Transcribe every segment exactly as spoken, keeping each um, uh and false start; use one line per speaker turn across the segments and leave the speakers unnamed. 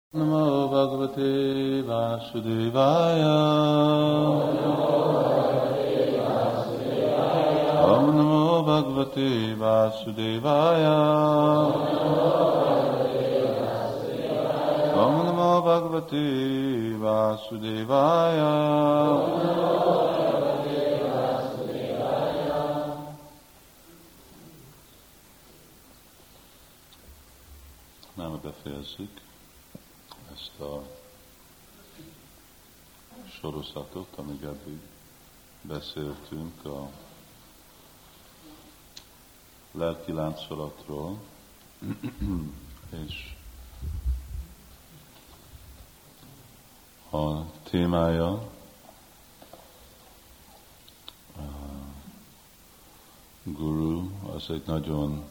Namo Bhagavate Vasudevaya. Om Namo Bhagavate Vasudevaya. Om Namo Bhagavate Vasudevaya. Nem befejezzük ezt a sorozatot, amíg eddig beszéltünk a lelki láncolatról, és a témája a guru, az egy nagyon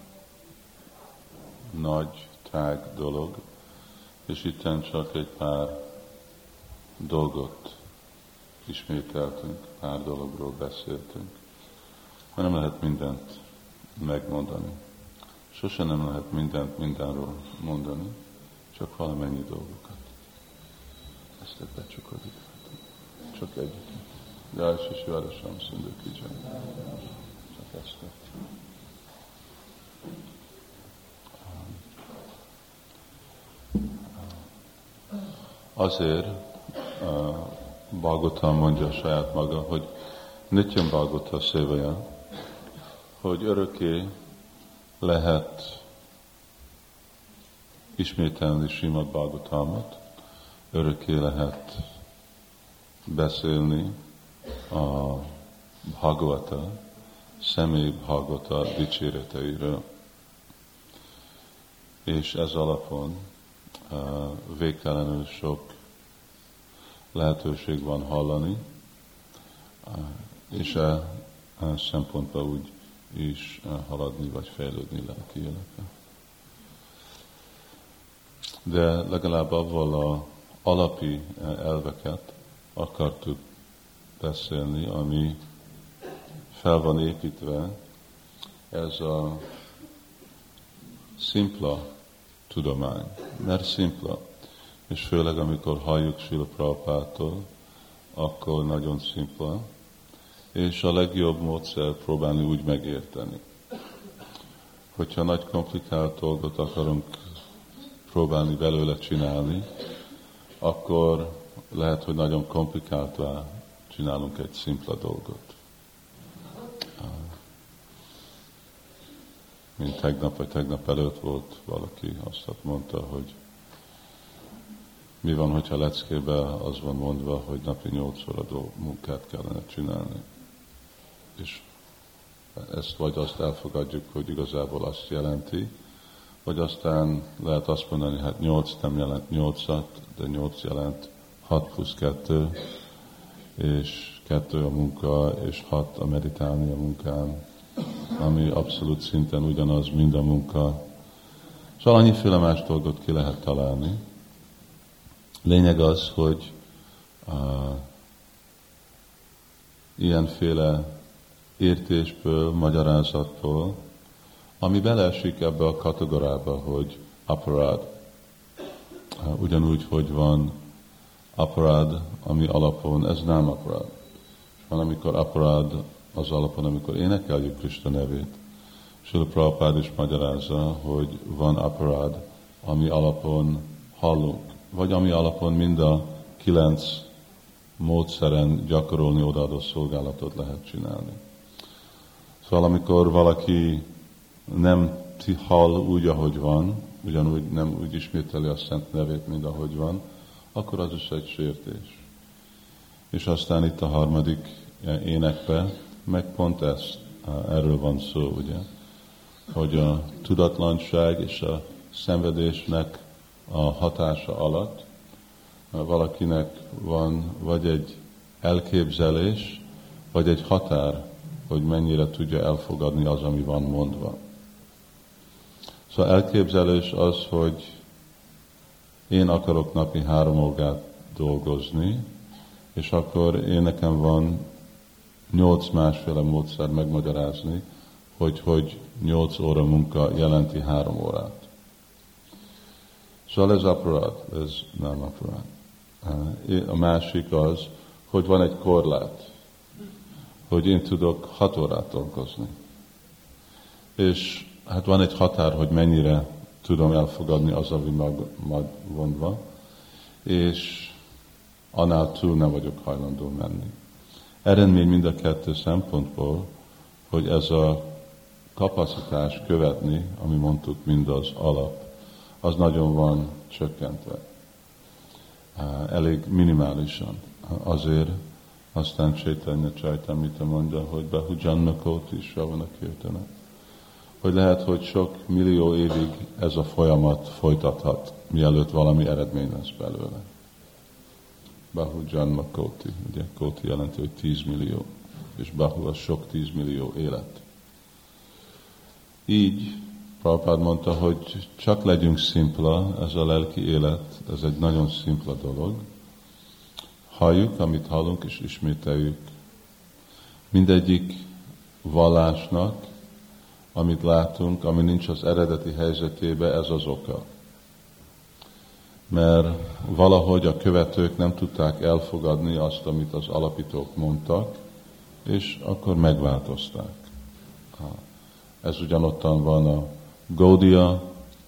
nagy, tág dolog, és itten csak egy pár dolgot ismételtünk, pár dologról beszéltünk. Mert nem lehet mindent megmondani. Sose nem lehet mindent mindenről mondani, csak valamennyi dolgokat. Ezt becsukodik. Csak egyet. Jaj, és Járasam Szinduk Idzsán. Csak ezt tettük. Azért uh, Bhagavatam mondja saját maga, hogy Nityam Bhagavata Sevaya, hogy örökké lehet ismételni Srimad Bhagavatamot, örökké lehet beszélni a Bhagavata, személy Bhagavata dicséreteiről. És ez alapon Uh, végtelenül sok lehetőség van hallani, uh, és a, a szempontból úgy is uh, haladni vagy fejlődni lelki életbe. De legalább avval a alapi uh, elveket akartuk beszélni, ami fel van építve, ez a szimpla tudomány, mert szimpla, és főleg amikor halljuk Srila Prabhupától, akkor nagyon szimpla, és a legjobb módszer próbálni úgy megérteni. Hogyha nagy komplikált dolgot akarunk próbálni belőle csinálni, akkor lehet, hogy nagyon komplikáltvá csinálunk egy szimpla dolgot. Mint tegnap vagy tegnap előtt volt valaki, azt mondta, hogy mi van, hogyha leckében az van mondva, hogy napi nyolc óra munkát kellene csinálni. És ezt vagy azt elfogadjuk, hogy igazából azt jelenti, vagy aztán lehet azt mondani, hát nyolc nem jelent nyolcat, de nyolc jelent hat plusz kettő, és kettő a munka, és hat a meditálni a munkán, ami abszolút szinten ugyanaz, mind a munka. Szóval annyiféle más dolgot ki lehet találni. Lényeg az, hogy uh, ilyenféle értésből, magyarázatból, ami beleesik ebbe a kategóriába, hogy aparád. Uh, ugyanúgy, hogy van aparád, ami alapon, ez nem aparád. És van, amikor aparád az alapon, amikor énekeljük Krishna nevét. Srila Prabhupád is magyarázza, hogy van aparád, ami alapon hallunk, vagy ami alapon mind a kilenc módszeren gyakorolni odaadó szolgálatot lehet csinálni. Szóval amikor valaki nem hall úgy, ahogy van, ugyanúgy nem úgy ismételi a Szent nevét, mint ahogy van, akkor az is egy sértés. És aztán itt a harmadik énekben meg pont ezt, erről van szó, ugye, hogy a tudatlanság és a szenvedésnek a hatása alatt valakinek van vagy egy elképzelés, vagy egy határ, hogy mennyire tudja elfogadni az, ami van mondva. Szóval elképzelés az, hogy én akarok napi három órát dolgozni, és akkor én nekem van nyolc másféle módszer megmagyarázni, hogy hogy nyolc óra munka jelenti három órát. Szóval ez aparad, ez nem aparad. A másik az, hogy van egy korlát, hogy én tudok hat órát dolgozni. És hát van egy határ, hogy mennyire tudom elfogadni az, ami megvonva, és annál túl nem vagyok hajlandó menni. Eredmény mind a kettő szempontból, hogy ez a kapacitás követni, ami mondtuk, mind az alap, az nagyon van csökkentve. Elég minimálisan. Azért aztán Chaitanya Charitamrita mondja, hogy Bahujanna Koti Sravana Kirtana. Hogy lehet, hogy sok millió évig ez a folyamat folytathat, mielőtt valami eredmény lesz belőle. Bahujanna Koti, ugye Koti jelenti, hogy tízmillió, és Bahu az sok tízmillió élet. Így Prabhupád mondta, hogy csak legyünk szimpla, ez a lelki élet, ez egy nagyon szimpla dolog. Halljuk, amit hallunk, és ismételjük. Mindegyik vallásnak, amit látunk, ami nincs az eredeti helyzetében, ez az oka. Mert valahogy a követők nem tudták elfogadni azt, amit az alapítók mondtak, és akkor megváltozták. Ez ugyanottan van a Gaudiya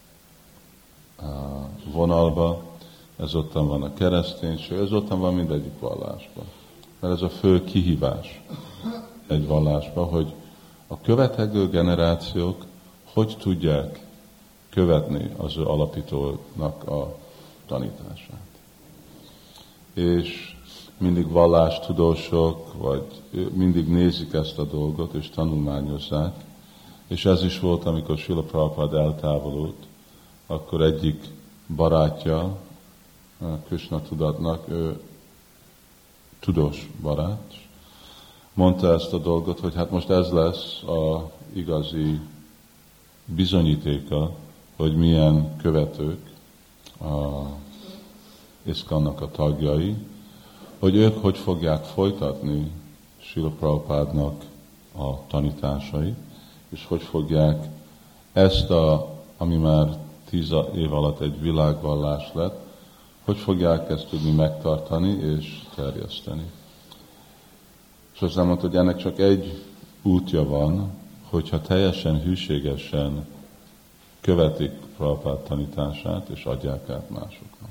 vonalba, ez ottan van a kereszténység, ez ottan van mindegyik vallásban. Mert ez a fő kihívás egy vallásban, hogy a következő generációk hogy tudják követni az ő alapítónak a tanítását. És mindig vallástudósok, vagy mindig nézik ezt a dolgot, és tanulmányozzák. És ez is volt, amikor Srila Prabhupád eltávolult, akkor egyik barátja, Krishna tudatnak, ő tudós barát, mondta ezt a dolgot, hogy hát most ez lesz a igazi bizonyítéka, hogy milyen követők a ISKCON-nak a tagjai, hogy ők hogy fogják folytatni Srila Prabhupádnak a tanításait, és hogy fogják ezt, a, ami már tíz év alatt egy világvallás lett, hogy fogják ezt tudni megtartani és terjeszteni. És aztán mondta, hogy ennek csak egy útja van, hogyha teljesen hűségesen követik Prabhupád tanítását, és adják át másoknak.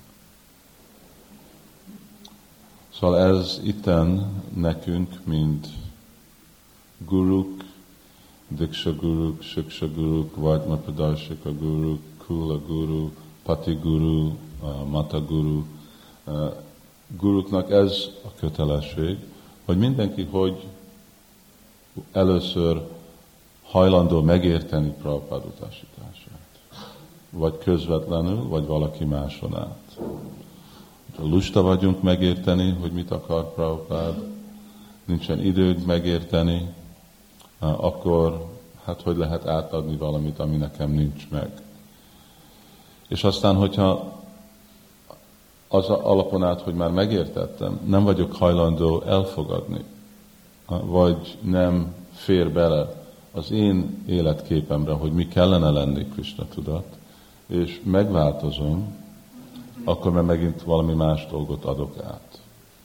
Szóval ez itten nekünk, mint guruk, Diksha guruk, Shiksha guruk, Vajtma Pradarshika guruk, Kula guru, Pati guru, Mata guru. Guruknak ez a kötelesség, hogy mindenki, hogy először hajlandó megérteni Prabhupád utasítását. Vagy közvetlenül, vagy valaki máson át. Ha lusta vagyunk megérteni, hogy mit akar Prabhupád, nincsen időnk megérteni, akkor hát hogy lehet átadni valamit, ami nekem nincs meg. És aztán, hogyha az alapon át, hogy már megértettem, nem vagyok hajlandó elfogadni, vagy nem fér bele az én életképemre, hogy mi kellene lenni Krishna tudat, és megváltozom, akkor már megint valami más dolgot adok át.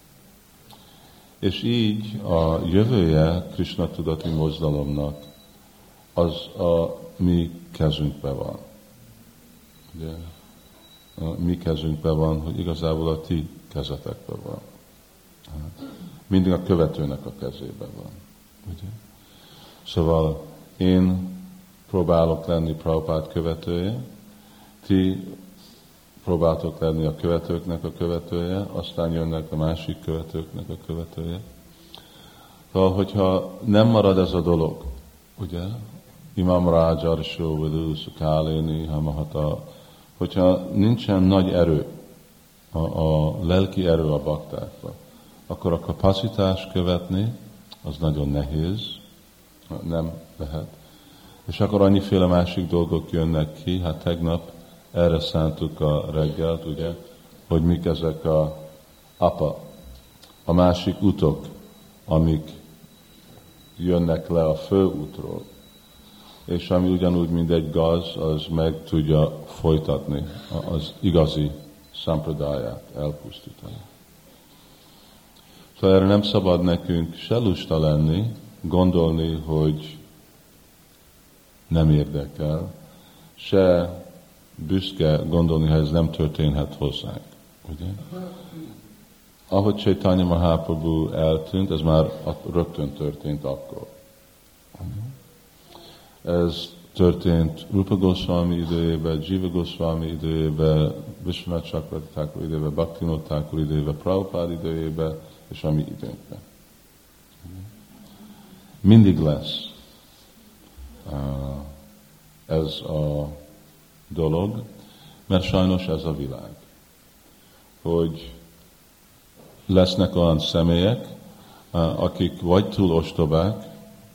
És így a jövője Krishna tudati mozdalomnak az a mi kezünkben van. Ugye? A mi kezünkben van, hogy igazából a ti kezetekben van. Mindig a követőnek a kezében van. Ugye? Szóval én próbálok lenni Prabhupád követője, ti próbáltok lenni a követőknek a követője, aztán jönnek a másik követőknek a követője. Szóval, hogyha nem marad ez a dolog, ugye, Imam Rajarsho, Vidu, Sukálini, Hamahata, hogyha nincsen nagy erő, a, a lelki erő a baktákban, akkor a kapacitás követni, az nagyon nehéz, nem lehet. És akkor annyiféle másik dolgok jönnek ki, hát tegnap erre szántuk a reggelt, ugye, hogy mik ezek a apa, a másik utok, amik jönnek le a fő útról. és ami ugyanúgy, mint egy gaz, az meg tudja folytatni az igazi szampradáját, elpusztítani. Szóval erre nem szabad nekünk se lusta lenni, gondolni, hogy nem érdekel, se büszke gondolni, ha ez nem történhet hozzánk. Ugye? Ahogy Chaitanya Mahaprabhu eltűnt, ez már rögtön történt akkor. Ez történt Rupa Goswami idejében, Jiva Goswami idejében, Vishwanath Chakravarti Thakur idejében, Bhaktivinoda Thakur idejében, Prabhupád idejében, és a mi időnkben. Mindig lesz ez a dolog, mert sajnos ez a világ. Hogy lesznek olyan személyek, akik vagy túl ostobák,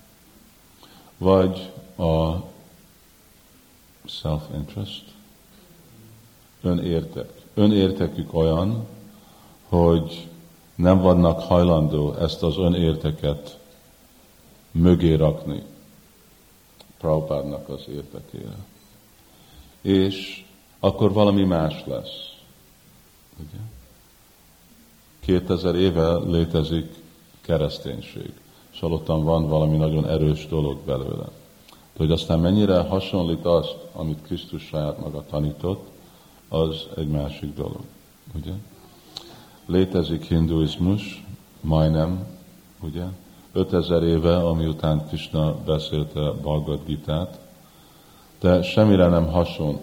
vagy a self-interest, önértek. Önértekük olyan, hogy nem vannak hajlandó ezt az önérteket mögé rakni Prabhupádnak az értekére. És akkor valami más lesz. Ugye? kétezer éve létezik kereszténység, és ottan van valami nagyon erős dolog belőle. De hogy aztán mennyire hasonlít azt, amit Krisztus saját maga tanított, az egy másik dolog. Ugye? Létezik hinduizmus, majdnem, ugye? ötezer éve, amiután Krishna beszélte Bhagavad Gitát, de semmire nem hasonlít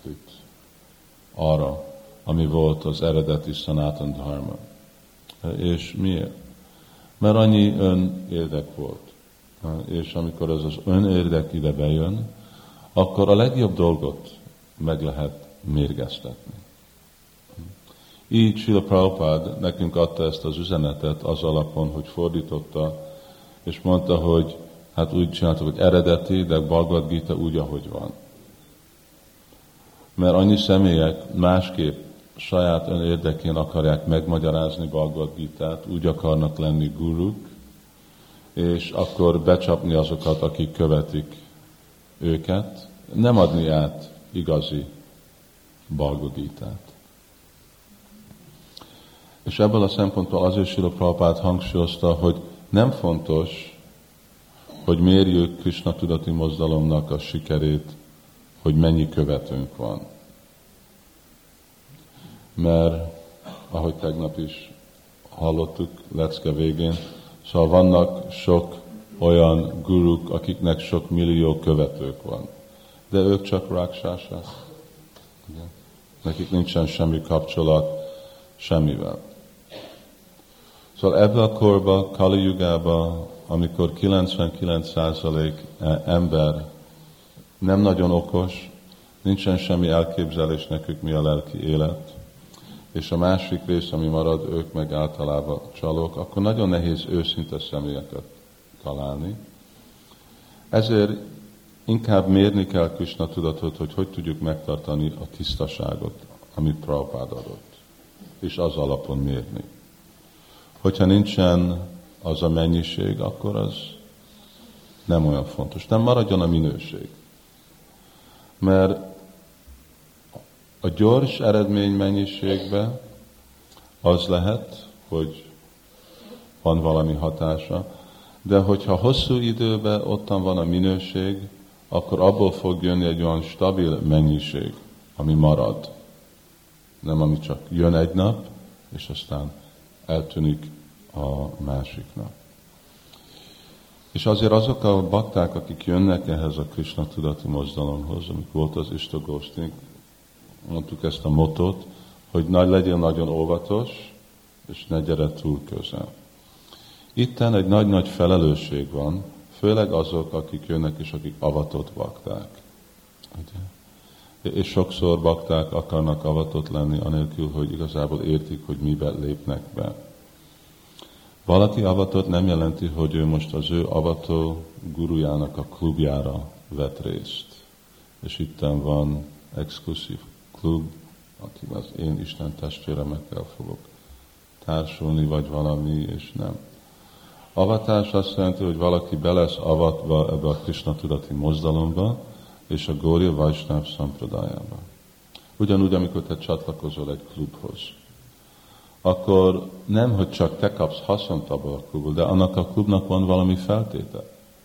arra, ami volt az eredeti Sanatana Dharma. És miért? Mert annyi önérdek volt. És amikor ez az önérdek ide bejön, akkor a legjobb dolgot meg lehet mérgeztetni. Így Srila Prabhupád nekünk adta ezt az üzenetet az alapon, hogy fordította, és mondta, hogy hát úgy csináltuk, hogy eredeti, de Bhagavad Gita úgy, ahogy van. Mert annyi személyek másképp saját önérdekén akarják megmagyarázni Bhagavad Gitát, úgy akarnak lenni guruk, és akkor becsapni azokat, akik követik őket, nem adni át igazi Bhagavad Gitát. És ebből a szempontból azért Srila Prabhupád hangsúlyozta, hogy nem fontos, hogy mérjük Krishna tudati mozdalomnak a sikerét, hogy mennyi követőnk van. Mert, ahogy tegnap is hallottuk lecke végén, szóval vannak sok olyan guruk, akiknek sok millió követők van. De ők csak ráksásák. Nekik nincsen semmi kapcsolat semmivel. Szóval ebben a korban, Kali Jugában, amikor kilencvenkilenc százalék ember nem nagyon okos, nincsen semmi elképzelés nekük, mi a lelki élet, és a másik rész, ami marad, ők meg általában csalók, akkor nagyon nehéz őszinte személyeket találni. Ezért inkább mérni kell Krishna tudatot, hogy hogy tudjuk megtartani a tisztaságot, amit Prabhupád adott, és az alapon mérni. Hogyha nincsen az a mennyiség, akkor az nem olyan fontos. Nem maradjon a minőség. Mert a gyors eredmény mennyiségben az lehet, hogy van valami hatása, de hogyha hosszú időben ottan van a minőség, akkor abból fog jönni egy olyan stabil mennyiség, ami marad. Nem ami csak jön egy nap, és aztán eltűnik a másik nap. És azért azok a bakták, akik jönnek ehhez a Krishna tudati mozdalomhoz, amik volt az Istagostik, mondtuk ezt a motót, hogy nagy legyél nagyon óvatos, és ne gyere túl közel. Itten egy nagy-nagy felelősség van, főleg azok, akik jönnek és akik avatott bakták. Ugye? És sokszor bakták akarnak avatott lenni, anélkül, hogy igazából értik, hogy mibe lépnek be. Valaki avatott nem jelenti, hogy ő most az ő avató gurujának a klubjára vett részt. És itten van exkluzív klub, aki az én Isten testvéremekkel fogok társulni, vagy valami, és nem. Avatás azt jelenti, hogy valaki be lesz avatva ebbe a Krishna tudati mozdalomba, és a Gaudiya Vaishnava Sampradájába. Ugyanúgy, amikor te csatlakozol egy klubhoz, akkor nem, hogy csak te kapsz haszont abból a klubból, de annak a klubnak van valami feltétel,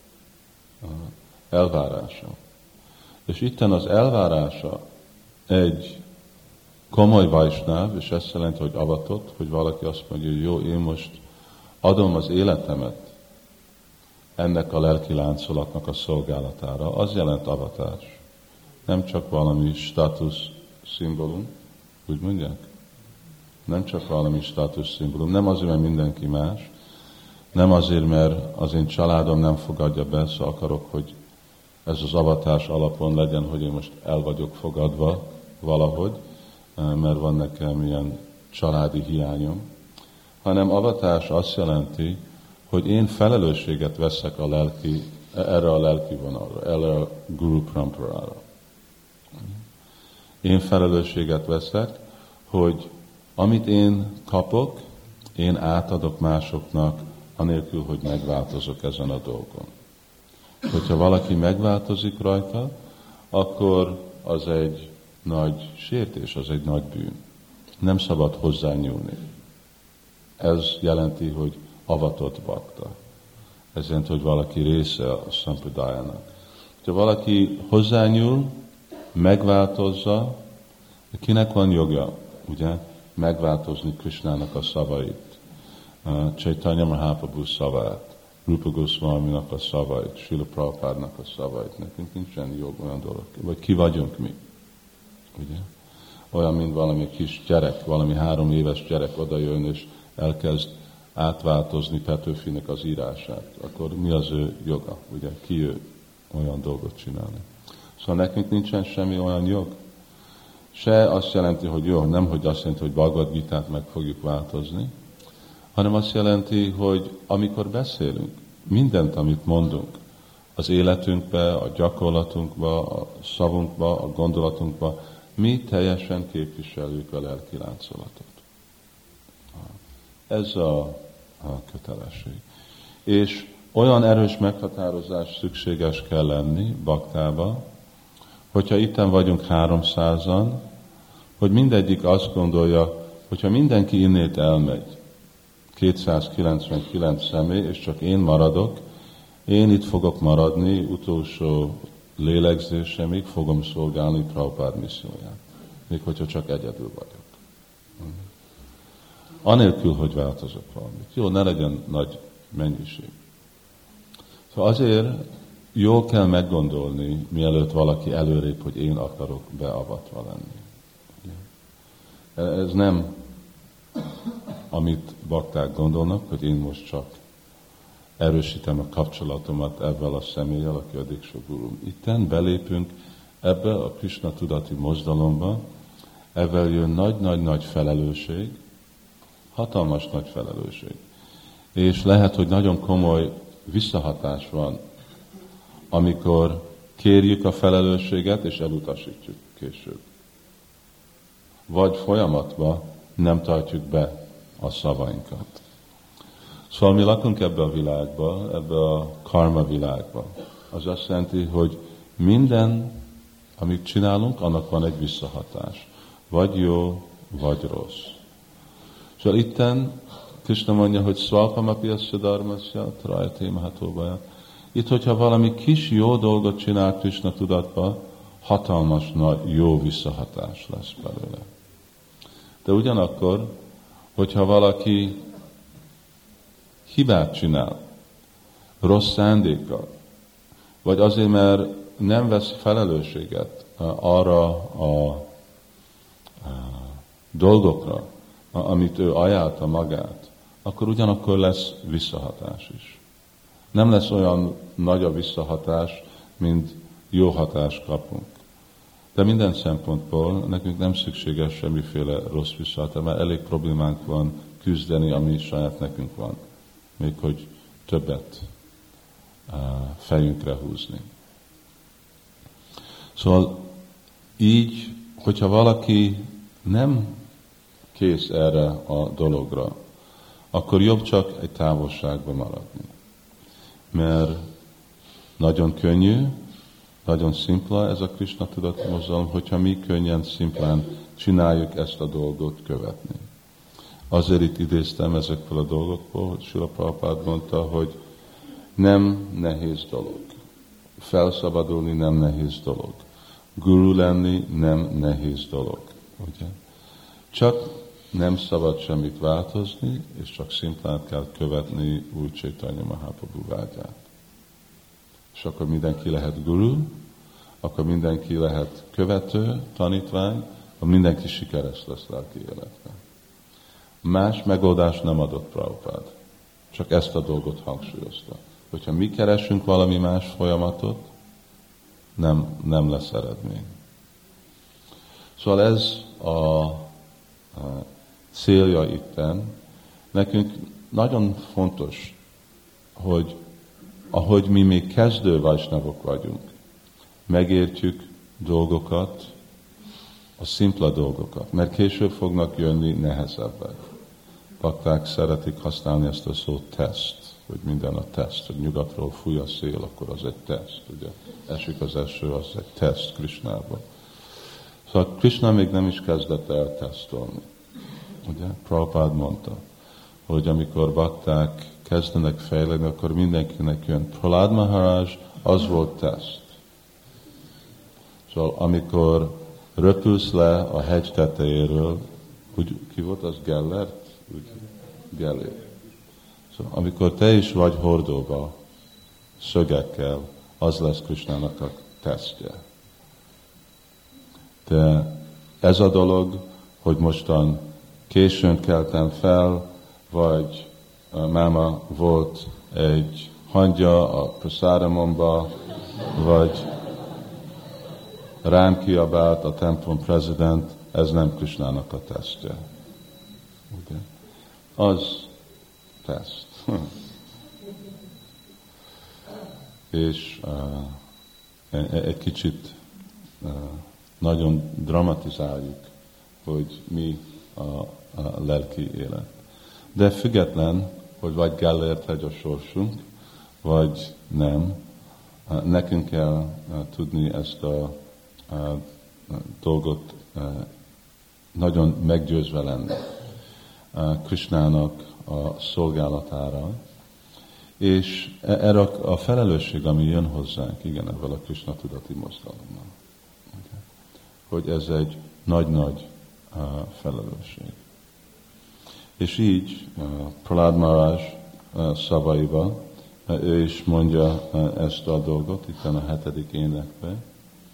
elvárása. És itten az elvárása egy komoly Vaisnáv, és ezt jelenti, hogy avatott, hogy valaki azt mondja, hogy jó, én most adom az életemet ennek a lelki láncolatnak a szolgálatára, az jelent avatás. Nem csak valami státusz szimbólum, úgy mondják? Nem csak valami státusz szimbólum, nem azért, mert mindenki más, nem azért, mert az én családom nem fogadja be, szóval akarok, hogy ez az avatás alapon legyen, hogy én most el vagyok fogadva valahogy, mert van nekem ilyen családi hiányom, hanem avatás azt jelenti, hogy én felelősséget veszek a lelki, erre a lelki vonalra, erre a Guru Paramparára. Én felelősséget veszek, hogy amit én kapok, én átadok másoknak, anélkül, hogy megváltozok ezen a dolgon. Hogyha valaki megváltozik rajta, akkor az egy nagy sértés, az egy nagy bűn. Nem szabad hozzányúlni. Ez jelenti, hogy avatott bakta. Ez jelenti, hogy valaki része a szampradájának. Ha valaki hozzányúl, megváltozza, kinek van joga, ugye, megváltozni Krishnának a szavait, Chaitanya Mahaprabhu szavát, Rupa Goswaminak a szavait, Srila Prabhupádnak a szavait. Nekünk nincsen jog olyan dolog. Vagy ki vagyunk mi? Ugye? Olyan, mint valami kis gyerek, valami három éves gyerek odajön, és elkezd átváltozni Petőfinek az írását. Akkor mi az ő joga? Ugye? Ki ő olyan dolgot csinálni? Szóval nekünk nincsen semmi olyan jog. Se azt jelenti, hogy jó, nem hogy azt jelenti, hogy Bhagavad Gitát meg fogjuk változni, hanem azt jelenti, hogy amikor beszélünk, mindent, amit mondunk, az életünkbe, a gyakorlatunkba, a szavunkba, a gondolatunkba, mi teljesen képviseljük a lelki láncolatot. Ez a, a kötelesség. És olyan erős meghatározás szükséges kell lenni baktába, hogyha itten vagyunk háromszázan, hogy mindegyik azt gondolja, hogyha mindenki innét elmegy, kétszázkilencvenkilenc személy, és csak én maradok, én itt fogok maradni, utolsó lélegzésemig fogom szolgálni Prabhupád misszióját. Még hogyha csak egyedül vagyok. Anélkül, hogy változok valamit. Jó, ne legyen nagy mennyiség. Szóval azért jól kell meggondolni, mielőtt valaki előrébb, hogy én akarok beavatva lenni. Ez nem, amit bakták gondolnak, hogy én most csak erősítem a kapcsolatomat ebben a személlyel, aki a Diksha Gurum. Itten belépünk ebbe a Krishna tudati mozdalomba, ebben jön nagy-nagy-nagy felelősség, hatalmas nagy felelősség. És lehet, hogy nagyon komoly visszahatás van, amikor kérjük a felelősséget, és elutasítjuk később. Vagy folyamatban nem tartjuk be a szavainkat. Szóval mi lakunk ebbe a világba, ebbe a karma világba. Az azt jelenti, hogy minden, amit csinálunk, annak van egy visszahatás. Vagy jó, vagy rossz. Szóval itten Krishna mondja, hogy Swalpamapi asya dharmasya trayate mahatóbaja. Itt, hogyha valami kis jó dolgot csinál Krishna tudatba, hatalmas nagy jó visszahatás lesz belőle. De ugyanakkor, hogyha valaki hibát csinál, rossz szándékkal, vagy azért, mert nem vesz felelősséget arra a, a dolgokra, amit ő ajánlta magát, akkor ugyanakkor lesz visszahatás is. Nem lesz olyan nagy a visszahatás, mint jó hatást kapunk. De minden szempontból nekünk nem szükséges semmiféle rossz visszahatás, mert elég problémánk van küzdeni, ami saját nekünk van. Még hogy többet uh, fejünkre húzni. Szóval így, hogyha valaki nem kész erre a dologra, akkor jobb csak egy távolságban maradni. Mert nagyon könnyű, nagyon szimpla ez a Krishna tudati mozgalom, hogyha mi könnyen, szimplán csináljuk ezt a dolgot követni. Azért itt idéztem ezekből a dolgokból, hogy Srila Prabhupád mondta, hogy nem nehéz dolog. Felszabadulni nem nehéz dolog. Guru lenni nem nehéz dolog. Ugye? Csak nem szabad semmit változni, és csak szimplán kell követni Úr Chaitanya Mahaprabhu vágyát. És akkor mindenki lehet guru, akkor mindenki lehet követő, tanítvány, akkor mindenki sikeres lesz lelki életben. Más megoldást nem adott Prabhupád. Csak ezt a dolgot hangsúlyozta. Hogyha mi keresünk valami más folyamatot, nem, nem lesz eredmény. Szóval ez a, a célja itten. Nekünk nagyon fontos, hogy ahogy mi még kezdő vajsnavok vagyunk, megértjük dolgokat, a szimpla dolgokat, mert később fognak jönni nehezebbek. Bakták szeretik használni ezt a szót teszt, hogy minden a teszt, hogy nyugatról fúj a szél, akkor az egy teszt, ugye esik az eső, az egy teszt Krishnában. Szóval Krishna még nem is kezdett el tesztolni. Ugye? Prabhupád mondta, hogy amikor bakták kezdenek fejlődni, akkor mindenkinek jön. Prahlad Maharaj, az volt teszt. Szóval amikor röpülsz le a hegy tetejéről, úgy, ki volt az Gellert? Úgy, Gellért. Szóval amikor te is vagy hordóba, szögekkel, az lesz Krishnának a tesztje. De ez a dolog, hogy mostan későn keltem fel, vagy máma volt egy hangya a praszáramomba, vagy rám kiabált a templom prezident, ez nem Krishnának a tesztje. Ugye? Az teszt. És uh, egy kicsit uh, nagyon dramatizáljuk, hogy mi a, a lelki élet. De független, hogy vagy Gellért hegy a sorsunk, vagy nem, uh, nekünk kell uh, tudni ezt a uh, dolgot uh, nagyon meggyőzve lenni uh, Krishnának a szolgálatára, és erre a felelősség, ami jön hozzánk, igen, ebből a Krishna tudati mozgalommal. Hogy ez egy nagy-nagy uh, felelősség. És így uh, Prahlad Maharaj uh, szavaiba, uh, ő is mondja uh, ezt a dolgot, itt a hetedik énekben.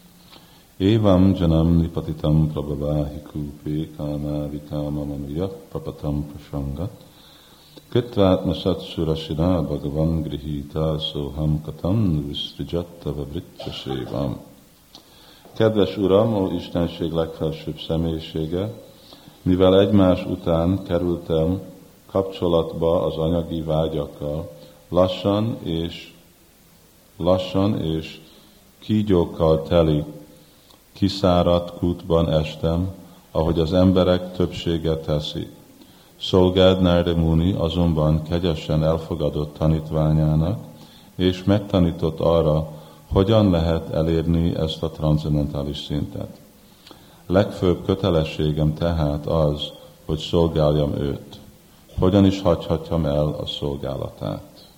Évam janam nipatitam prabhaváhi kúpé kámá vikáma manuja prapatam prasangat Kritvátma satsura sirá bhagavan grihita soham katam visztrijattava vritya sévam. Kedves Uram, ó Istenség legfelsőbb személyisége, mivel egymás után kerültem kapcsolatba az anyagi vágyakkal, lassan és lassan és kígyókkal teli, kiszáradt kútban estem, ahogy az emberek többsége teszi. Szolgád Narada Muni azonban kegyesen elfogadott tanítványának, és megtanított arra, hogyan lehet elérni ezt a transzendentális szintet. Legfőbb kötelességem tehát az, hogy szolgáljam őt. Hogyan is hagyhatjam el a szolgálatát?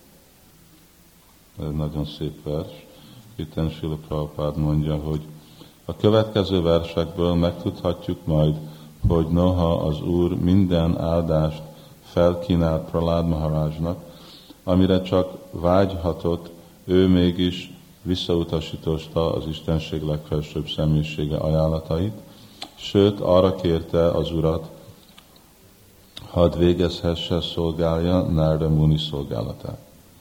Ez nagyon szép vers. Itten Srila Prabhupád mondja, hogy a következő versekből megtudhatjuk majd, hogy noha az Úr minden áldást felkínált Prahlad Maharajnak, amire csak vágyhatott, ő mégis visszautasította az Istenség legfelsőbb személyisége ajánlatait, sőt arra kérte az Urat, hadd végezhesse szolgálja Narada Muni szolgálatát.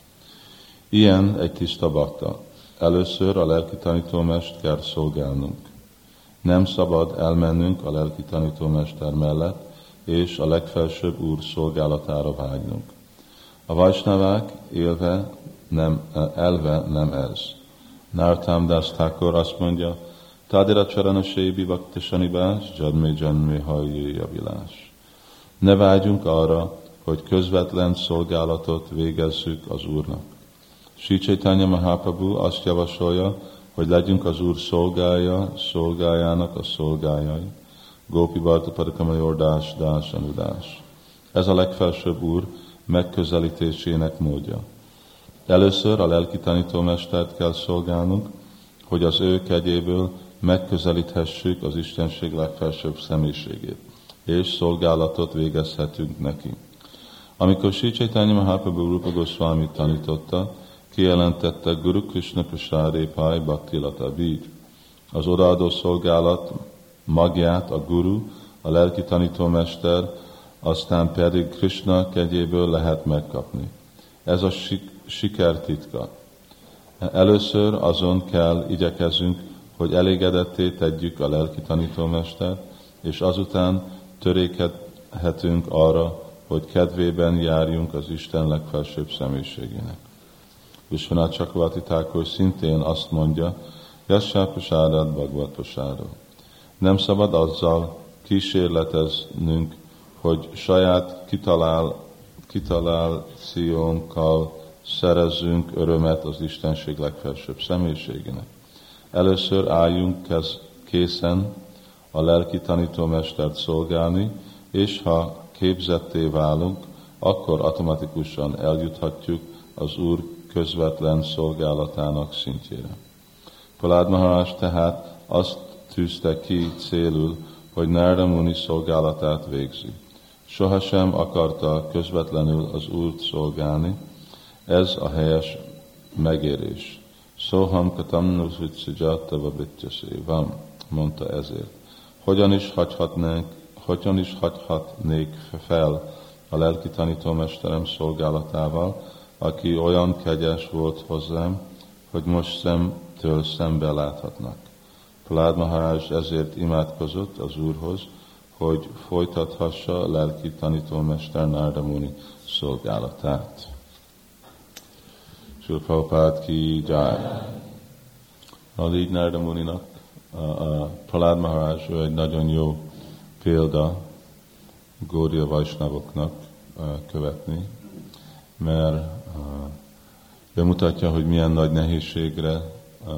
Ilyen egy tiszta bakta. Először a lelki tanítómest kell szolgálnunk. Nem szabad elmennünk a lelki tanítómester mellett, és a legfelsőbb Úr szolgálatára vágynunk. A vajsnavák élve nem, elve nem ez. Narottam Das Thakur azt mondja, Tadira Charana Sébi Bhakti Sanibás, Jadme Janme Hajé Javilás. Ne vágyjunk arra, hogy közvetlen szolgálatot végezzük az Úrnak. Sri Chaitanya Mahaprabhu azt javasolja, hogy legyünk az Úr szolgája, szolgájának a szolgájai. Gópi Bharta Padakamayor Dás, Dás, Anudás. Ez a legfelsőbb Úr megközelítésének módja. Először a lelki tanítómestert kell szolgálnunk, hogy az ő kegyéből megközelíthessük az Istenség legfelsőbb személyiségét, és szolgálatot végezhetünk neki. Amikor Sri Chaitanya Mahaprabhu Rupa Goswami tanította, kijelentette Guru Krishna Prasade Pai Bhaktilata Bíj. Az odaadó szolgálat magját a Guru, a lelki tanítómester, aztán pedig Krishna kegyéből lehet megkapni. Ez a sik- siker titka. Először azon kell igyekezzünk, hogy elégedetté tegyük a lelki tanítómestert, és azután törékedhetünk arra, hogy kedvében járjunk az Isten legfelsőbb személyiségének. Vishwanath Chakravarti Thakur szintén azt mondja, Yassá Prasádat Bhagavad Prasádó. Nem szabad azzal kísérleteznünk, hogy saját kitalál, kitalációnkkal szerezzünk örömet az Istenség legfelsőbb személyiségének. Először álljunk kez, készen a lelki tanítómestert szolgálni, és ha képzetté válunk, akkor automatikusan eljuthatjuk az Úr közvetlen szolgálatának szintjére. Prahlad Maharaj tehát azt tűzte ki célul, hogy Narada Muni szolgálatát végzi. Sohasem akarta közvetlenül az Úrt szolgálni, ez a helyes megérés. Soham katam nusvitsijatava vrityasévam, mondta ezért. Hogyan is hagyhatnánk, hogyan is hagyhatnék fel a lelki tanítómesterem szolgálatával, aki olyan kegyes volt hozzám, hogy most szemtől szembe láthatnak. Prahlad Maharaj ezért imádkozott az Úrhoz, hogy folytathassa a lelki tanítómester Narada Muni szolgálatát. Srila Prabhupád ki jai. A így Narada Muninak, a, a Prahlad Maharaj ő egy nagyon jó példa Gaudiya Vaisnavoknak követni, mert bemutatja, hogy milyen nagy nehézségre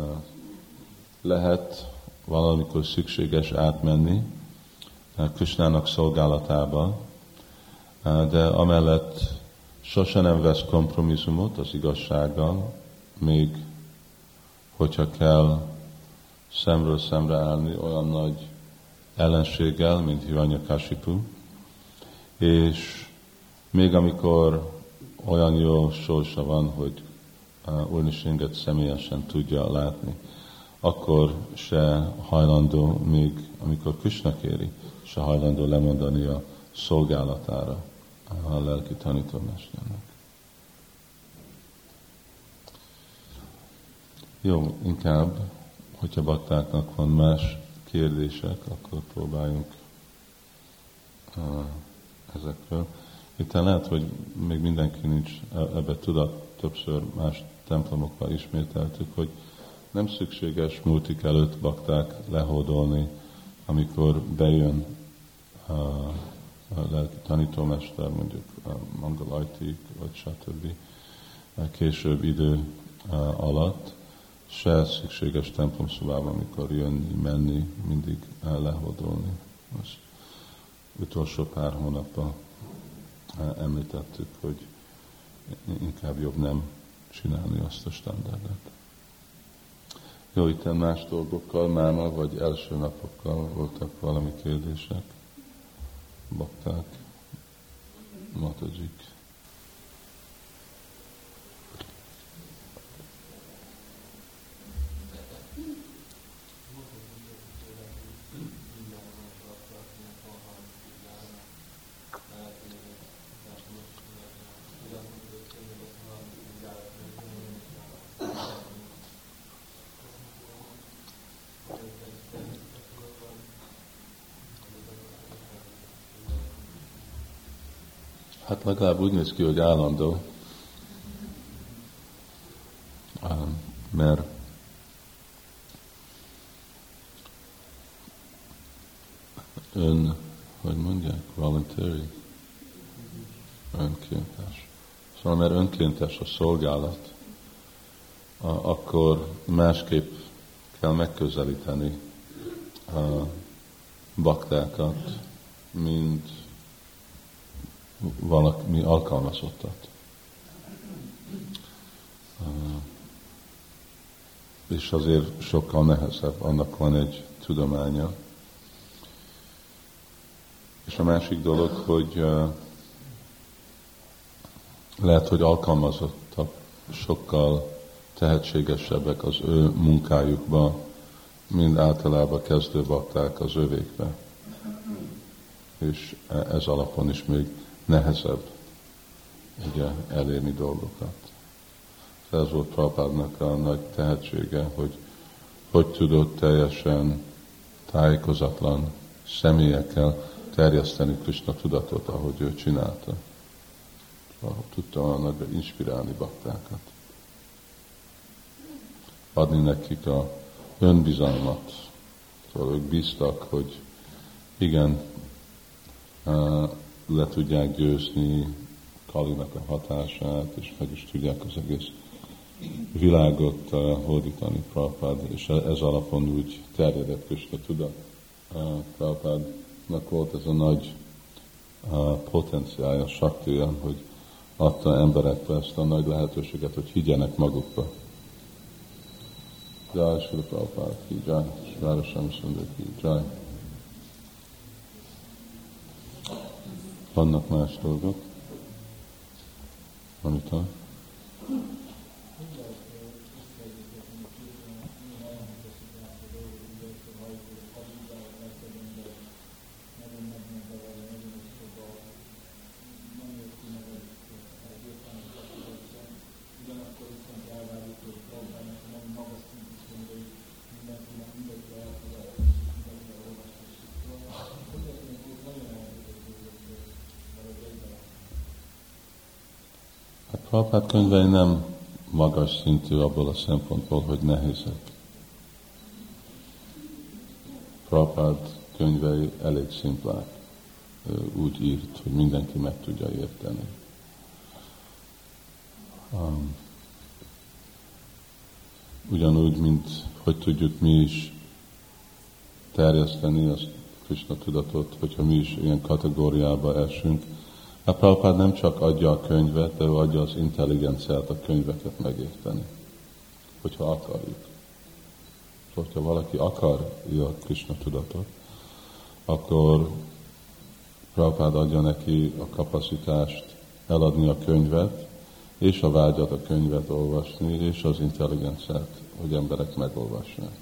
lehet valamikor szükséges átmenni Krishnának szolgálatába, de amellett sose nem vesz kompromisszumot az igazsággal, még hogyha kell szemről szemre állni olyan nagy ellenséggel, mint Hiranyakashipu, és még amikor olyan jó sorsa van, hogy Úr Nrisingat személyesen tudja látni, akkor se hajlandó, még amikor Krishna kéri, se hajlandó lemondani a szolgálatára a lelki tanítómesternek. Jó, inkább, hogyha baktáknak van más kérdések, akkor próbáljunk uh, ezekről. Itt lehet, hogy még mindenki nincs ebbe tudat, többször más templomokban ismételtük, hogy nem szükséges multik előtt bakták lehódolni, amikor bejön a, a lelki tanítómester, mondjuk a Mangalajtik, vagy stb. Később idő alatt, se szükséges templomszobában, amikor jönni, menni, mindig lehódolni. Most utolsó pár hónapban említettük, hogy inkább jobb nem csinálni azt a standardet. Jó, itt más dolgokkal, máma, vagy első napokkal voltak valami kérdések, bakták, matajik. Hát legalább úgy néz ki, hogy állandó, mert ön, hogy mondják, voluntary, önkéntes. Szóval mert önkéntes a szolgálat, akkor másképp kell megközelíteni a baktákat, mint valami alkalmazottat. És azért sokkal nehezebb, annak van egy tudománya. És a másik dolog, hogy lehet, hogy alkalmazottak sokkal tehetségesebbek az ő munkájukba, mint általában kezdő bakták az övékbe. És ez alapon is még nehezebb ugye, elérni dolgokat. Ez volt Prabhupádnak a nagy tehetsége, hogy hogy tudott teljesen tájékozatlan személyekkel terjeszteni Krishna tudatot, ahogy ő csinálta. Tudta olyan nagyra inspirálni baktákat. Adni nekik a önbizalmat. Szóval ők bíztak, hogy igen, le tudják győzni Kalinak a hatását, és meg is tudják az egész világot hódítani Prabhupád, és ez alapon úgy terjedett Krishna tudat. Prabhupádnak volt ez a nagy potenciálja, saktiya, hogy adta emberekbe ezt a nagy lehetőséget, hogy higgyenek magukba. Jai Srila Prabhupád ki, Jai, Svára Samsundar ki, Jai. Vannak más dolgok, amit a Prabhupád könyvei nem magas szintű abból a szempontból, hogy nehézek. Prabhupád könyvei elég szimplák. Úgy írt, hogy mindenki meg tudja érteni. Um, ugyanúgy, mint hogy tudjuk mi is terjeszteni azt Krishna tudatot, hogyha mi is ilyen kategóriába esünk. A Prabhupád nem csak adja a könyvet, de ő adja az intelligenciát a könyveket megérteni, hogyha akarjuk. Hogyha valaki akarja a Krishna tudatot, akkor Prabhupád adja neki a kapacitást eladni a könyvet, és a vágyat a könyvet olvasni, és az intelligenciát, hogy emberek megolvassák.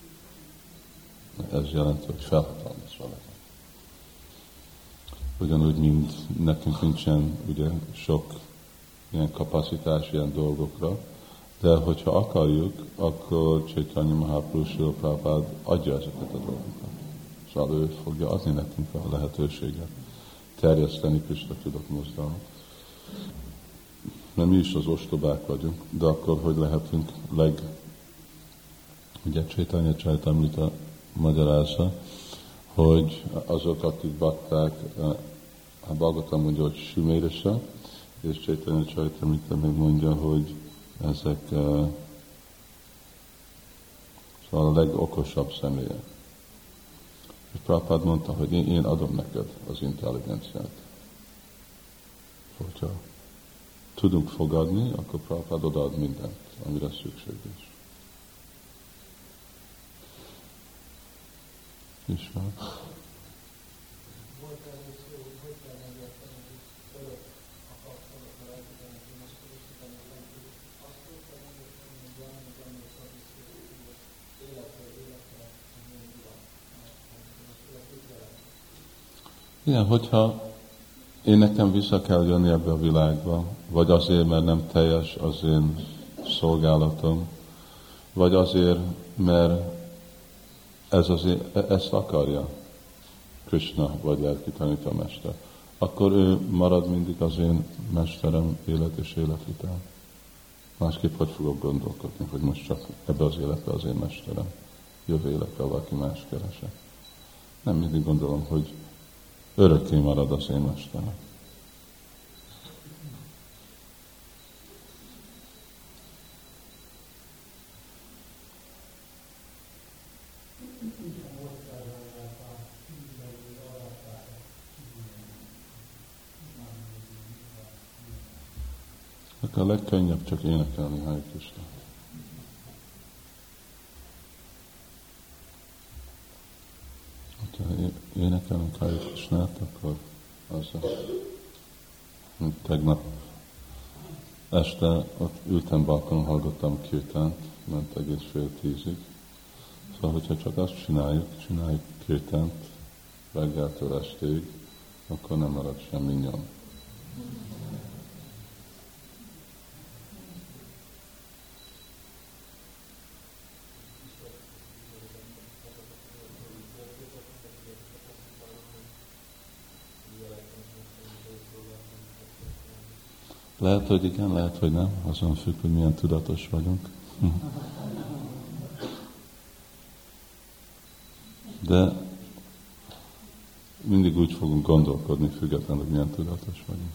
Ez jelenti, hogy felhatalmazva legyen. Ugyanúgy, mint nekünk nincsen ugye sok ilyen kapacitás ilyen dolgokra, de hogyha akarjuk, akkor Chaitanya Mahaprabhu Srila Prabhupád adja ezeket a dolgokat. Szóval ő fogja adni nekünk a lehetőséget terjeszteni Krishna tudat mozdalmat. Mert mi is az ostobák vagyunk, de akkor hogy lehetünk leg... Ugye Chaitanya Charitamrita magyarázza, hogy azok, akik bakták, a Bhagavatam mondja, hogy Suméresa, és Chaitanya Charitamrita még mondja, hogy ezek uh, szóval a legokosabb személyek. És Prabhupád mondta, hogy én, én adom neked az intelligenciát. Hogyha tudunk fogadni, akkor Prabhupád odaad mindent, amire szükséges. És van. Igen, hogyha én nekem vissza kell jönni ebbe a világba, vagy azért, mert nem teljes az én szolgálatom, vagy azért, mert ez az én, ezt akarja Krishna, vagy lelki tanítómester, akkor ő marad mindig az én mesterem, élet és életvitel. Másképp hogy fogok gondolkodni, hogy most csak ebbe az életbe az én mesterem, jövő életbe valaki más keresek. Nem mindig gondolom, hogy örökké marad az én mesterem. Akkor a legkönnyebb csak énekelni Hare Krishna. Ha énekelünk Hare Krishnát, akkor az a, tegnap este ott ültem balkonon, hallgattam kirtánt, ment egész fél tízig. Szóval, hogyha csak azt csináljuk, csináljuk kirtánt reggeltől estéig, akkor nem marad semmi nyom. Lehet, hogy igen, lehet, hogy nem. Azon függ, hogy milyen tudatos vagyunk. De mindig úgy fogunk gondolkodni, függetlenül, hogy milyen tudatos vagyunk.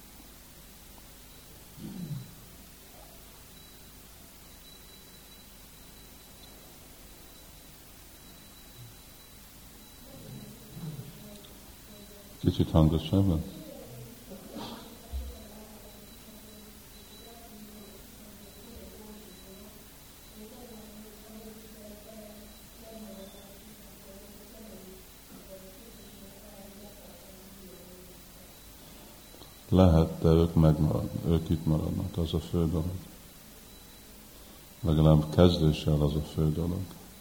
Kicsit hangosabban? Lehet, de ők megmaradnak, ők itt maradnak, az a fő dolog. Legalább kezdéssel az a fő dolog.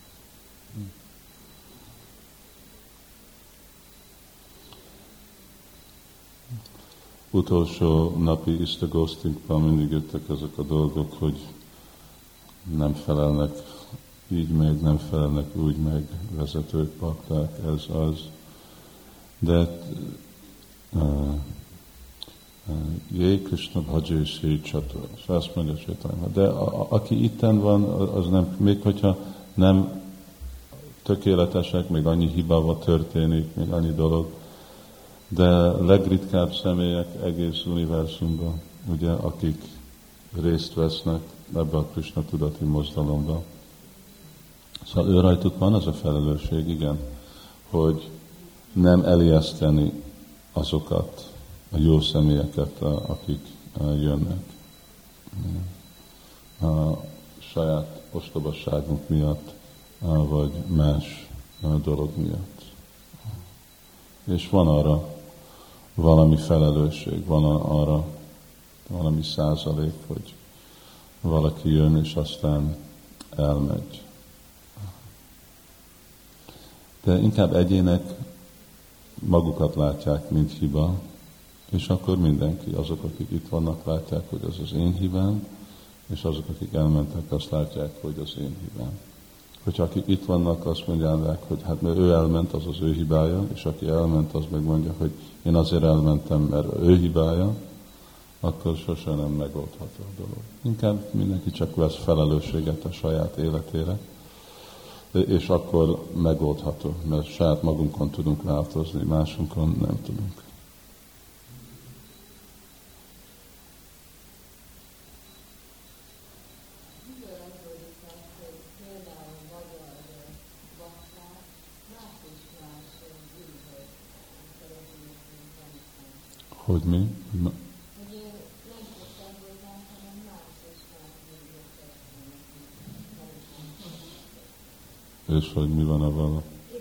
Utolsó napi isztagóztinkban mindig jöttek ezek a dolgok, hogy nem felelnek így meg, nem felelnek úgy meg, vezetők, pakták, ez az. De uh, Jé Krishna Bhajé Sri Csatur. És azt mondja Chaitanya. De a, a, aki itten van, az nem, még hogyha nem tökéletesek, még annyi hibával történik, még annyi dolog, de legritkább személyek egész univerzumban, ugye, akik részt vesznek ebbe a Krishna tudati mozdalomba. Szóval ő rajtuk van az a felelősség, igen, hogy nem elijeszteni azokat, a jó személyeket, akik jönnek. A saját ostobasságunk miatt, vagy más dolog miatt. És van arra valami felelősség, van arra valami százalék, hogy valaki jön, és aztán elmegy. De inkább egyének magukat látják, mint hiba, és akkor mindenki, azok, akik itt vannak, látják, hogy az az én hibám, és azok, akik elmentek, azt látják, hogy az én hibám. Hogyha akik itt vannak, azt mondják, hogy hát mert ő elment, az az ő hibája, és aki elment, az megmondja, hogy én azért elmentem, mert ő hibája, akkor sose nem megoldható a dolog. Inkább mindenki csak vesz felelősséget a saját életére, és akkor megoldható, mert saját magunkon tudunk változni, másunkon nem tudunk. Hogy mi? Na. És hogy mi van a vala?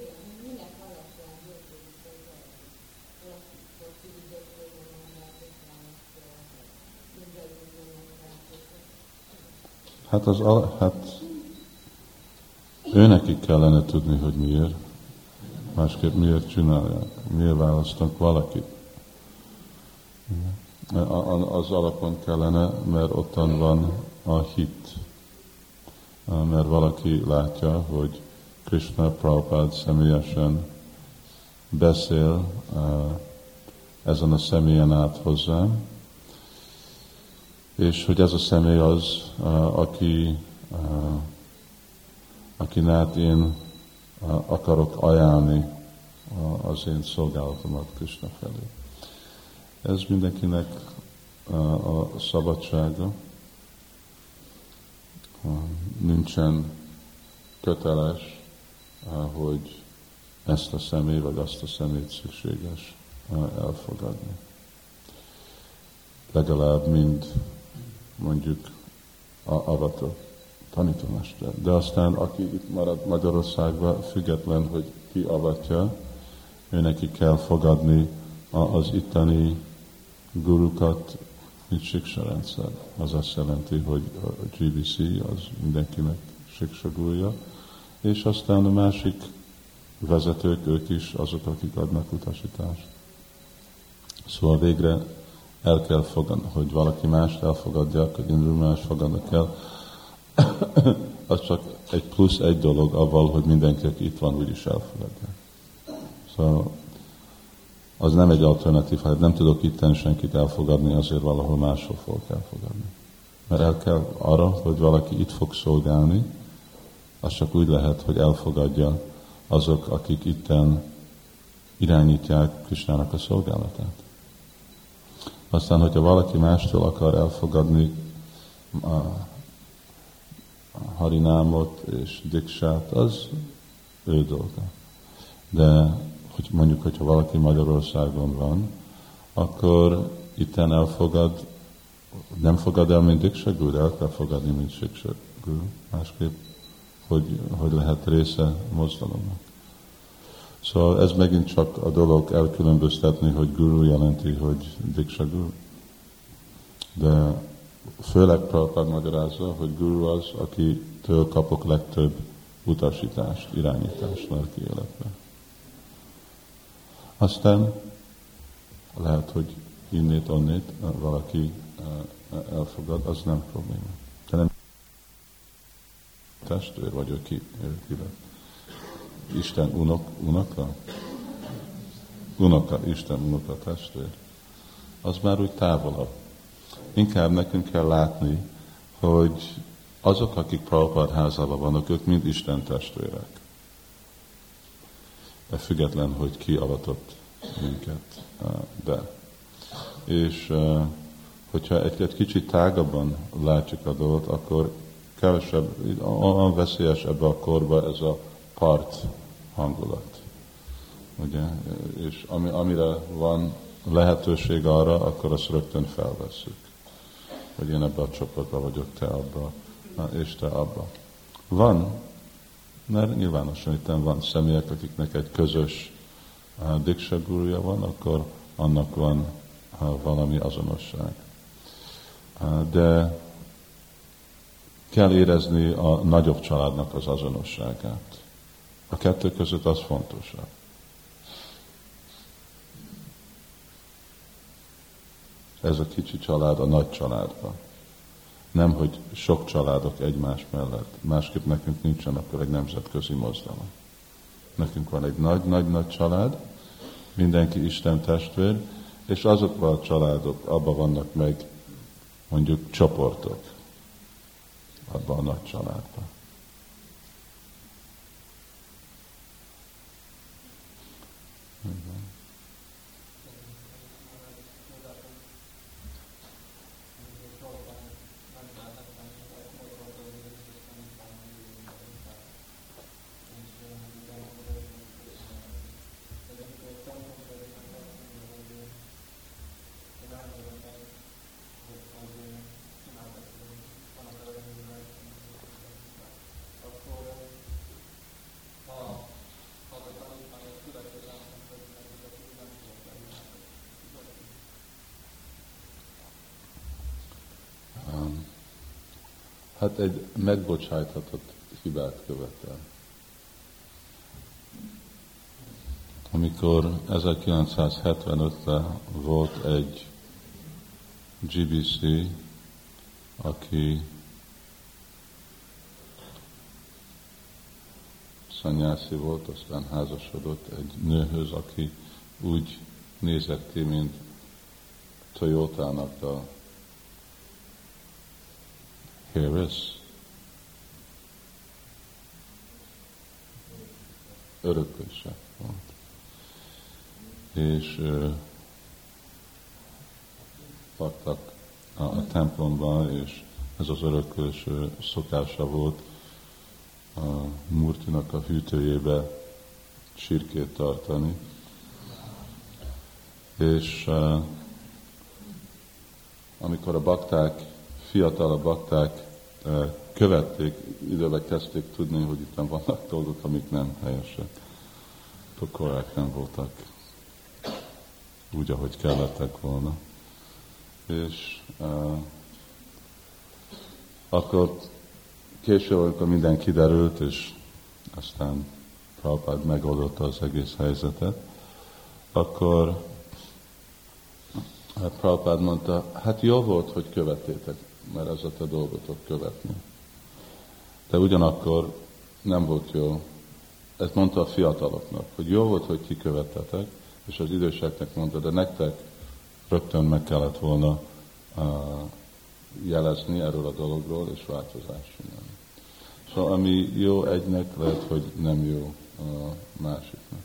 Hát az, hát őnekik kellene tudni, hogy miért. Másképp miért csinálják, miért választanak valakit. Az alapon kellene, mert ottan van a hit. Mert valaki látja, hogy Krishna Prabhupád személyesen beszél ezen a személyen át hozzám, és hogy ez a személy az, aki, akin át én akarok ajánlni az én szolgálatomat Krishna felé. Ez mindenkinek a szabadsága. Nincsen köteles, hogy ezt a személy vagy azt a személyt szükséges elfogadni. Legalább mind mondjuk a avató tanítómester. De aztán, aki itt marad Magyarországban, független, hogy ki avatja, ő neki kell fogadni az itteni gurukat, mint siksa rendszer. Az azt jelenti, hogy a gé bé cé az mindenkinek siksa gurúja, és aztán a másik vezetők, ők is azok, akik adnak utasítást. Szóval végre el kell fogadni, hogy valaki mást elfogadják, hogy indul más fogadnak el. Az csak egy plusz egy dolog avval, hogy mindenki, aki itt van, úgyis elfogadja. Szóval az nem egy alternatív, hát nem tudok itten senkit elfogadni, azért valahol máshol fogok elfogadni. Mert el kell arra, hogy valaki itt fog szolgálni, az csak úgy lehet, hogy elfogadja azok, akik itten irányítják Krisnának a szolgálatát. Aztán, hogyha valaki mástól akar elfogadni a harinámot és diksát, az ő dolga. De hogy mondjuk, hogyha valaki Magyarországon van, akkor itten elfogad, nem fogad el, mint Diksa Guru, el kell fogadni, mint Siksa Guru. Másképp, hogy, hogy lehet része mozdalomnak. Szóval ez megint csak a dolog elkülönböztetni, hogy Guru jelenti, hogy Diksa Guru. De főleg Prabhupád magyarázza, hogy Guru az, akitől kapok legtöbb utasítást, irányítást lelki életbe. Aztán lehet, hogy innét, onnét valaki elfogad, az nem probléma. Te nem testvér vagy, ő ki, ő ki lett. Isten unok, unoka? Unoka, Isten unoka testvér. Az már úgy távolabb. Inkább nekünk kell látni, hogy azok, akik Prabhupád házában vannak, ők mind Isten testvérek. De független, hogy ki avatott minket be. És hogyha egy, egy kicsit tágabban látjuk a dolgot, akkor kevesebb, olyan veszélyes ebbe a korba ez a part hangulat. Ugye? És ami, amire van lehetőség arra, akkor azt rögtön felvesszük. Hogy én ebbe a csoportba vagyok, te abba, és te abba. Van, mert nyilvánosan itt van személyek, akiknek egy közös uh, Diksa Guruja van, akkor annak van uh, valami azonosság. Uh, de kell érezni a nagyobb családnak az azonosságát. A kettő között az fontosabb. Ez a kicsi család a nagy családban. Nem, hogy sok családok egymás mellett. Másképp nekünk nincsen akkor egy nemzetközi mozdalom. Nekünk van egy nagy-nagy-nagy család, mindenki Isten testvér, és azokban a családok, abban vannak meg mondjuk csoportok, abban a nagy családban. Igen. Hát egy megbocsájthatott hibát követel. Amikor ezerkilencszázhetvenötben volt egy gé bé cé, aki szanyászi volt, aztán házasodott egy nőhöz, aki úgy nézett ki, mint Toyotának a Harris, örököse volt. És uh, laktak a, a templomban, és ez az örökös uh, szokása volt a Murtinak a hűtőjébe csirkét tartani. És uh, amikor a bakták fiatalabb bakták követték, időben kezdték tudni, hogy itt vannak dolgok, amik nem helyesek. A korák nem voltak úgy, ahogy kellettek volna. És uh, akkor később, amikor minden kiderült, és aztán Prabhupád megoldotta az egész helyzetet, akkor Prabhupád mondta, hát jó volt, hogy követtétek, mert ez a te dolgotok követni. De ugyanakkor nem volt jó. Ezt mondta a fiataloknak, hogy jó volt, hogy ti követtetek, és az időseknek mondta, de nektek rögtön meg kellett volna uh, jelezni erről a dologról, és változást csinálni. Szóval ami jó egynek, lehet, hogy nem jó a másiknak.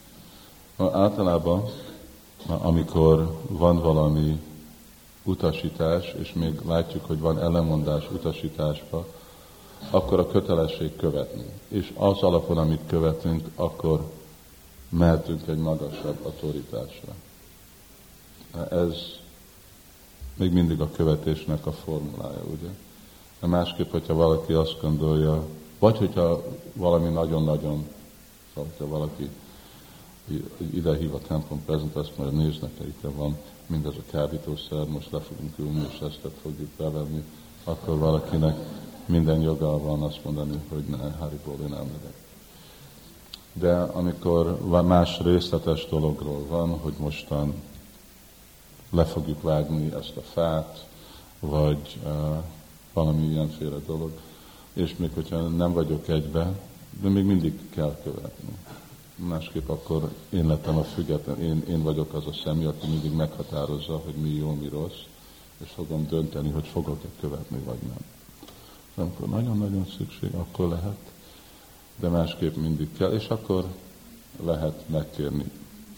Általában, amikor van valami utasítás, és még látjuk, hogy van ellenmondás utasításba, akkor a kötelesség követni. És az alapon, amit követünk, akkor mehetünk egy magasabb autoritásra. Ez még mindig a követésnek a formulája, ugye? De másképp, hogyha valaki azt gondolja, vagy hogyha valami nagyon-nagyon, szóval, hogyha valaki ide hív a templom prezent, azt majd néznek, hogy itt van mindez a kábítószer, most le fogunk ülni, és ezt fogjuk bevenni, akkor valakinek minden joga van azt mondani, hogy ne, Hariból én nem megyek. De amikor van más részletes dologról van, hogy mostan le fogjuk vágni ezt a fát, vagy uh, valami ilyenféle dolog, és még hogyha nem vagyok egybe, de még mindig kell követni. Másképp akkor én lettem a független, én, én vagyok az a személy, aki mindig meghatározza, hogy mi jó, mi rossz, és fogom dönteni, hogy fogok-e követni, vagy nem. Amikor nagyon-nagyon szükség, akkor lehet, de másképp mindig kell, és akkor lehet megkérni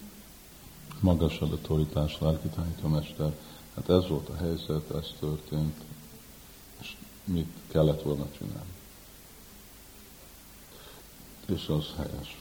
magasabb autoritás, lelkitánítómester. Hát ez volt a helyzet, ez történt, és mit kellett volna csinálni. És az helyes.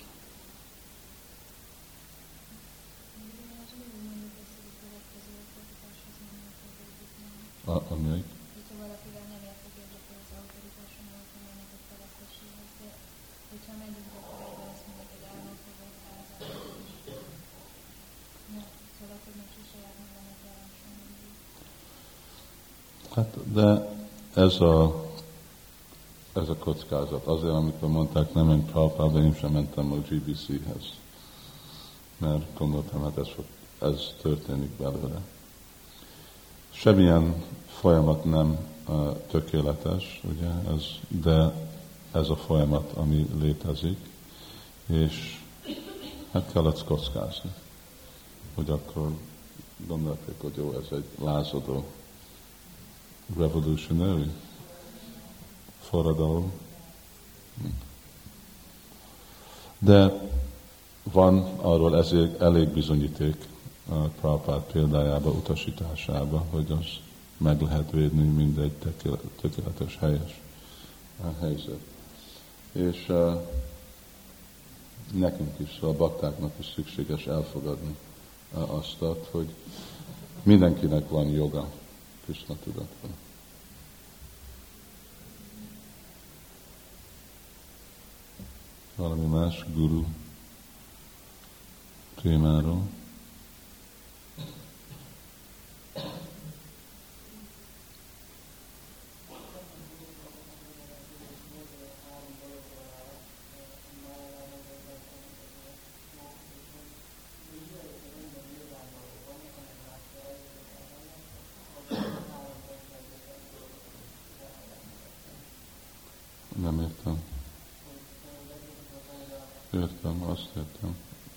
A, a még?
Hogyha valakivel nem értek egyet az autoritáson, akkor nem értek feleszteséget, de hogyha megyünk be korábban, azt mondjuk, hogy elmondhatod házában, és szóval akkor meg is saját magamat jelensen mindig.
Hát, de ez a, ez a kockázat. Azért, amikor mondták, nem menj Prabhupába, én sem mentem a gé bé cé-hez. Mert gondoltam, hát ez, ez történik belőle. Semmilyen folyamat nem uh, tökéletes, ugye, ez, de ez a folyamat, ami létezik, és hát kellett kockázni, hogy akkor gondolták, hogy jó, ez egy lázadó revolutionary forradalom. De van arról ezért elég bizonyíték a Prabhupád példájába, utasításába, hogy az meg lehet védni mindegy tökéletes, helyes helyzet. És uh, nekünk is, a baktáknak is szükséges elfogadni uh, azt, hogy mindenkinek van joga Krishna tudatra. Valami más guru témáról. Nem értem. Értem, azt értem.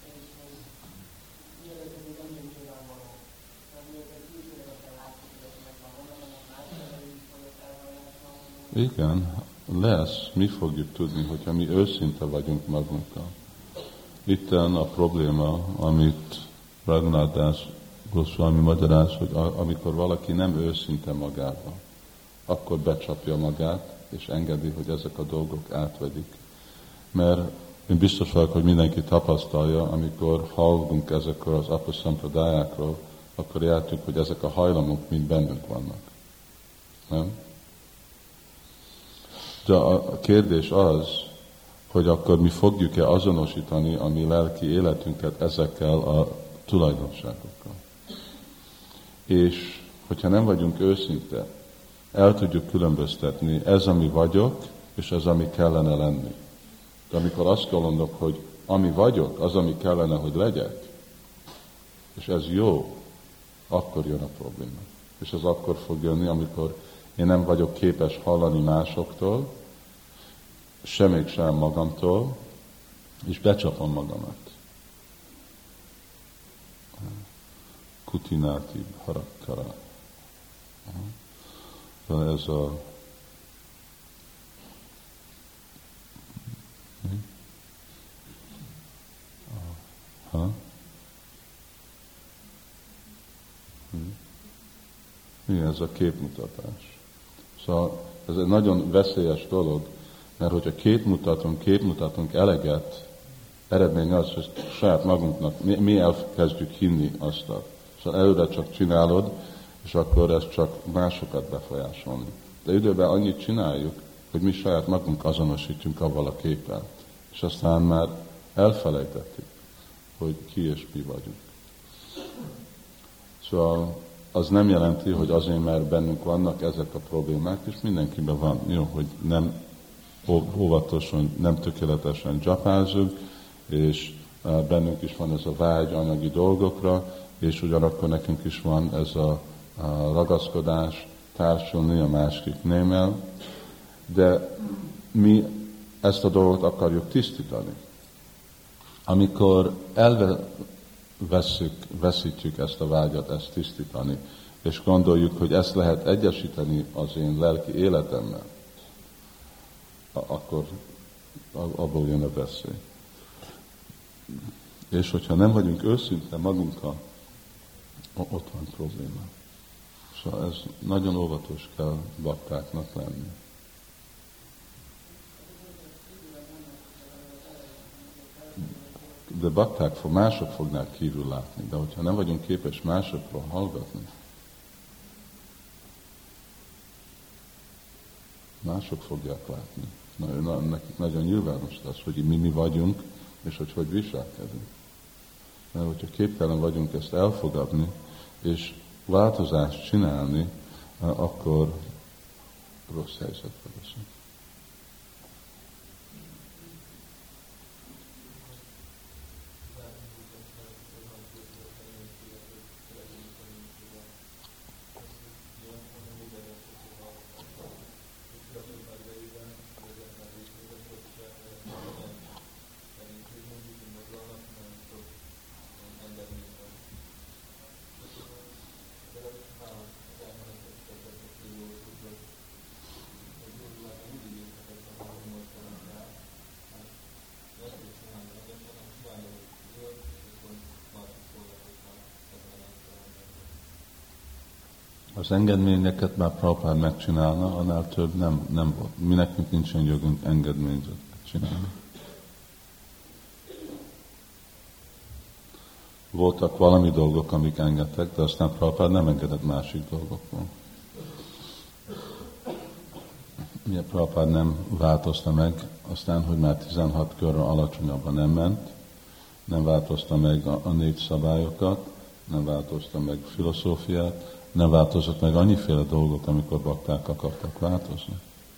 Igen, lesz, mi fogjuk tudni, hogyha mi őszinte vagyunk magunkkal. Itten a probléma, amit Raghunath Das Goswami magyaráz, hogy amikor valaki nem őszinte magával, akkor becsapja magát, és engedi, hogy ezek a dolgok átvegyik. Mert én biztos vagyok, hogy mindenki tapasztalja, amikor hallunk ezekről az apa szampradájákról, akkor értjük, hogy ezek a hajlamok mind bennünk vannak. Nem? De a kérdés az, hogy akkor mi fogjuk-e azonosítani a mi lelki életünket ezekkel a tulajdonságokkal. És hogyha nem vagyunk őszinte, el tudjuk különböztetni ez, ami vagyok, és ez, ami kellene lenni. De amikor azt gondolok, hogy ami vagyok, az, ami kellene, hogy legyek, és ez jó, akkor jön a probléma. És ez akkor fog jönni, amikor én nem vagyok képes hallani másoktól, semmik sem magamtól, és becsapom magamat. Kutináti harakkara. Ez a ha? Mi ez a képmutatás? Szóval ez egy nagyon veszélyes dolog, mert hogyha képmutatunk, képmutatunk eleget, eredmény az, hogy saját magunknak, mi, mi elkezdjük hinni azt a. Szóval előre csak csinálod, és akkor ez csak másokat befolyásolni. De időben annyit csináljuk, hogy mi saját magunk azonosítjunk avval a képpel. És aztán már elfelejtettük, hogy ki és mi vagyunk. Szóval az nem jelenti, hogy azért, mert bennünk vannak ezek a problémák, és mindenkiben van. Jó, hogy nem óvatosan, nem tökéletesen dzsapázunk, és bennünk is van ez a vágy anyagi dolgokra, és ugyanakkor nekünk is van ez a, a ragaszkodás társulni a másik némmel, de mi ezt a dolgot akarjuk tisztítani. Amikor elveszítjük ezt a vágyat, ezt tisztítani, és gondoljuk, hogy ezt lehet egyesíteni az én lelki életemmel, akkor abból jön a veszély. És hogyha nem vagyunk őszinte magunkkal, ott van probléma. Szóval ez nagyon óvatos kell baktáknak lenni. De bakták fog, mások fognak kívül látni, de hogyha nem vagyunk képes másokról hallgatni, mások fogják látni. Na, nekik nagyon nyilvános lesz, hogy mi mi vagyunk, és hogy hogy viselkedünk. Mert hogyha képtelen vagyunk ezt elfogadni, és változást csinálni, akkor rossz helyzetbe leszünk. Az engedményeket már Prabhupád megcsinálna, annál több nem, nem volt. Mi nekünk nincsen jogunk engedményt csinálni. Voltak valami dolgok, amik engedtek, de aztán Prabhupád nem engedett másik dolgokból. Ugye Prabhupád nem változta meg, aztán, hogy már tizenhat körre alacsonyabban nem ment, nem változta meg a, a négy szabályokat, nem változta meg filozófiát, nem változott meg annyiféle dolgot, amikor bakták akartak változni.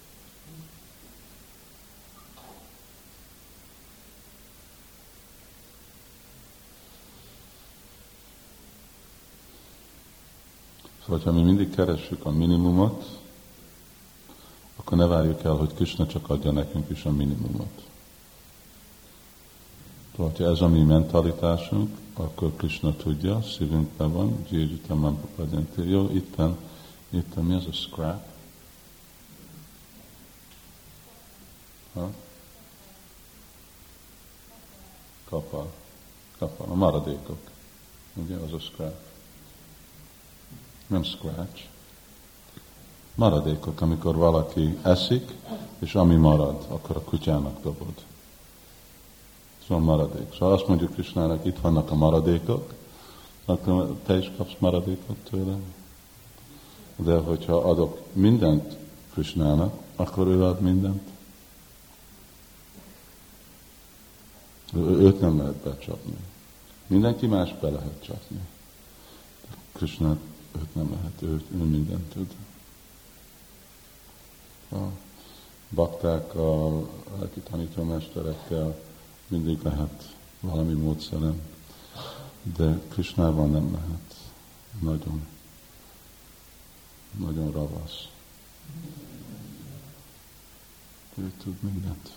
Szóval, ha mi mindig keressük a minimumot, akkor ne várjuk el, hogy Krishna csak adja nekünk is a minimumot. Szóval, ha ez a mi mentalitásunk, akkor Krishna tudja, szívünkben van, Jiritam Mampapadyanti. Jó, itten, itten, mi az a scrap? Ha? Kapa. Kapa, a maradékok. Ugye, az a scrap. Nem scratch. Maradékok, amikor valaki eszik, és ami marad, akkor a kutyának dobod. Szóval maradék. Szóval azt mondjuk Krishnának, itt vannak a maradékok, akkor te is kapsz maradékot tőle. De hogyha adok mindent Krishnának, akkor ő ad mindent. Őt nem lehet becsapni. Mindenki más be lehet csapni. Krishnát őt nem lehet, ő, ő mindent tud. A baktákkal, lelki tanítómesterekkel mindig lehet valami módszeren, de Krishnával nem lehet. Nagyon, nagyon ravasz. Ő tud mindent.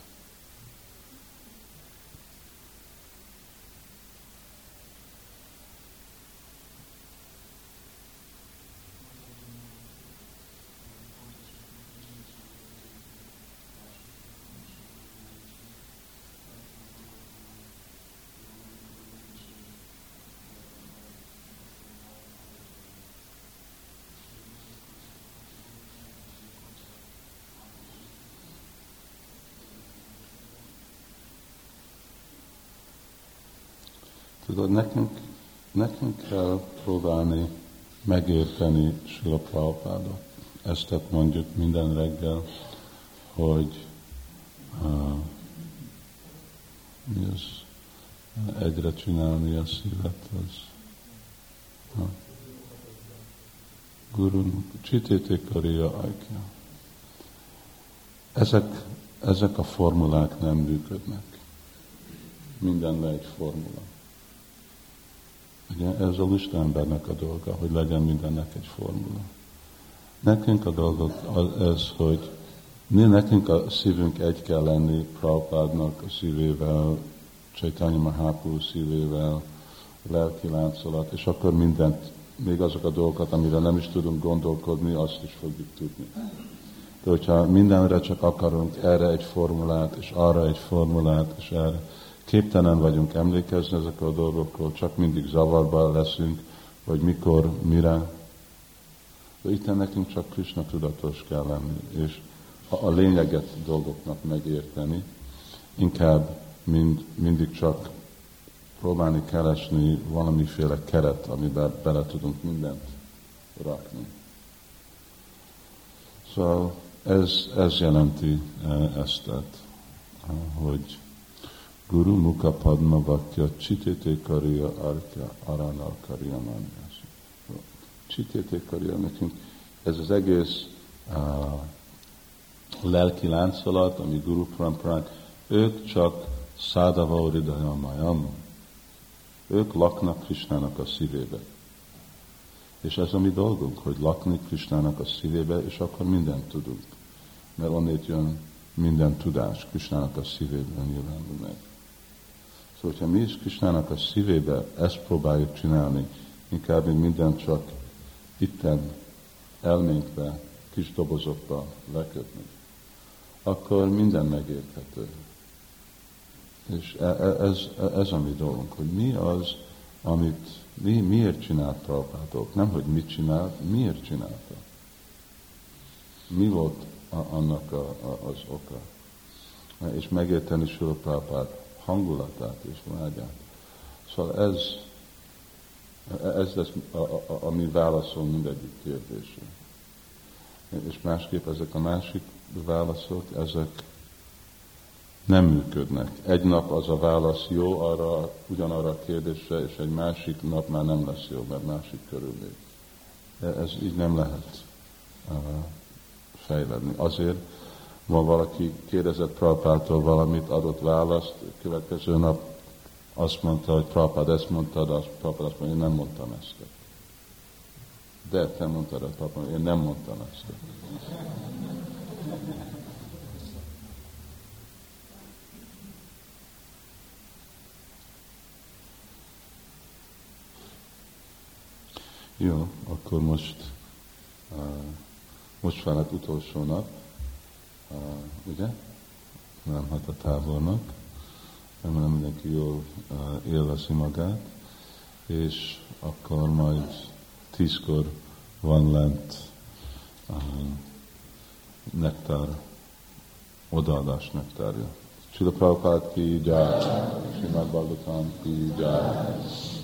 Tudod, nekünk, nekünk kell próbálni megérteni Srila Prabhupádot. Ezt mondjuk minden reggel, hogy uh, mi az egyre csinálni a szívet, az uh, Guru Csitete Kariya Aikya. Ezek, ezek a formulák nem működnek. Mindenre egy formula. Ugye, ez a lusta embernek a dolga, hogy legyen mindennek egy formula. Nekünk a dolgok az, ez, hogy mi nekünk a szívünk egy kell lenni Prabhupádnak a szívével, Chaitanya Mahaprabhu szívével, lelki láncolat, és akkor mindent, még azok a dolgokat, amire nem is tudunk gondolkodni, azt is fogjuk tudni. De hogyha mindenre csak akarunk erre egy formulát, és arra egy formulát, és erre, képtelen vagyunk emlékezni ezekről a dolgokról, csak mindig zavarban leszünk, hogy mikor, mire. De itt nekünk csak Krishna tudatos kell lenni, és a lényeget dolgoknak megérteni, inkább mind, mindig csak próbálni keresni valamiféle keret, amiben bele tudunk mindent rakni. Szóval ez, ez jelenti ezt, hogy Guru Mukha Padma Vakya Csitete Kariya Arkya Aranal Kariya Manyasi. Csitete Kariya nekünk ez az egész uh, lelki láncolat, ami Guru Parampárák, ők csak Szádava Hridayamaya. Ők laknak Krishnának a szívébe. És ez a mi dolgunk, hogy lakni Krishnának a szívébe, és akkor mindent tudunk. Mert onnét jön minden tudás Krishnának a szívében nyilvánul meg. Szóval, hogyha mi is Krishnának a szívébe ezt próbáljuk csinálni, inkább mint minden csak itten elménkbe, kis dobozokba lekötni, akkor minden megérthető. És ez, ez a mi dolgunk, hogy mi az, amit mi, miért csinált Prabhupád, nem hogy mit csinált, miért csinálta. Mi volt a, annak a, a, az oka. És megérteni Srila Prabhupád hangulatát és vágyát. Szóval ez, ez lesz a, a, a, ami válaszol mindegyik kérdésre. És másképp ezek a másik válaszok, ezek nem működnek. Egy nap az a válasz jó arra, ugyanarra a kérdésre, és egy másik nap már nem lesz jó, mert másik körülmény. Ez így nem lehet uh, fejledni. Azért ma valaki kérdezett Prabhupádtól valamit, adott választ, következő nap azt mondta, hogy Prabhupád ezt mondtad, azt Prabhupád azt mondta, én nem mondtam ezt. De te mondtad, hogy Prabhupád, én nem mondtam ezt. Jó, akkor most, uh, most van az utolsó nap, uh, ugye? Nem, hát a tábornak. Remélem mindenki jól uh, élvezi magát, és akkor majd tízkor van lent uh, nektár, odaadás nektárja. Srila Prabhupád ki jai, Srimad Bhagavatam ki jai.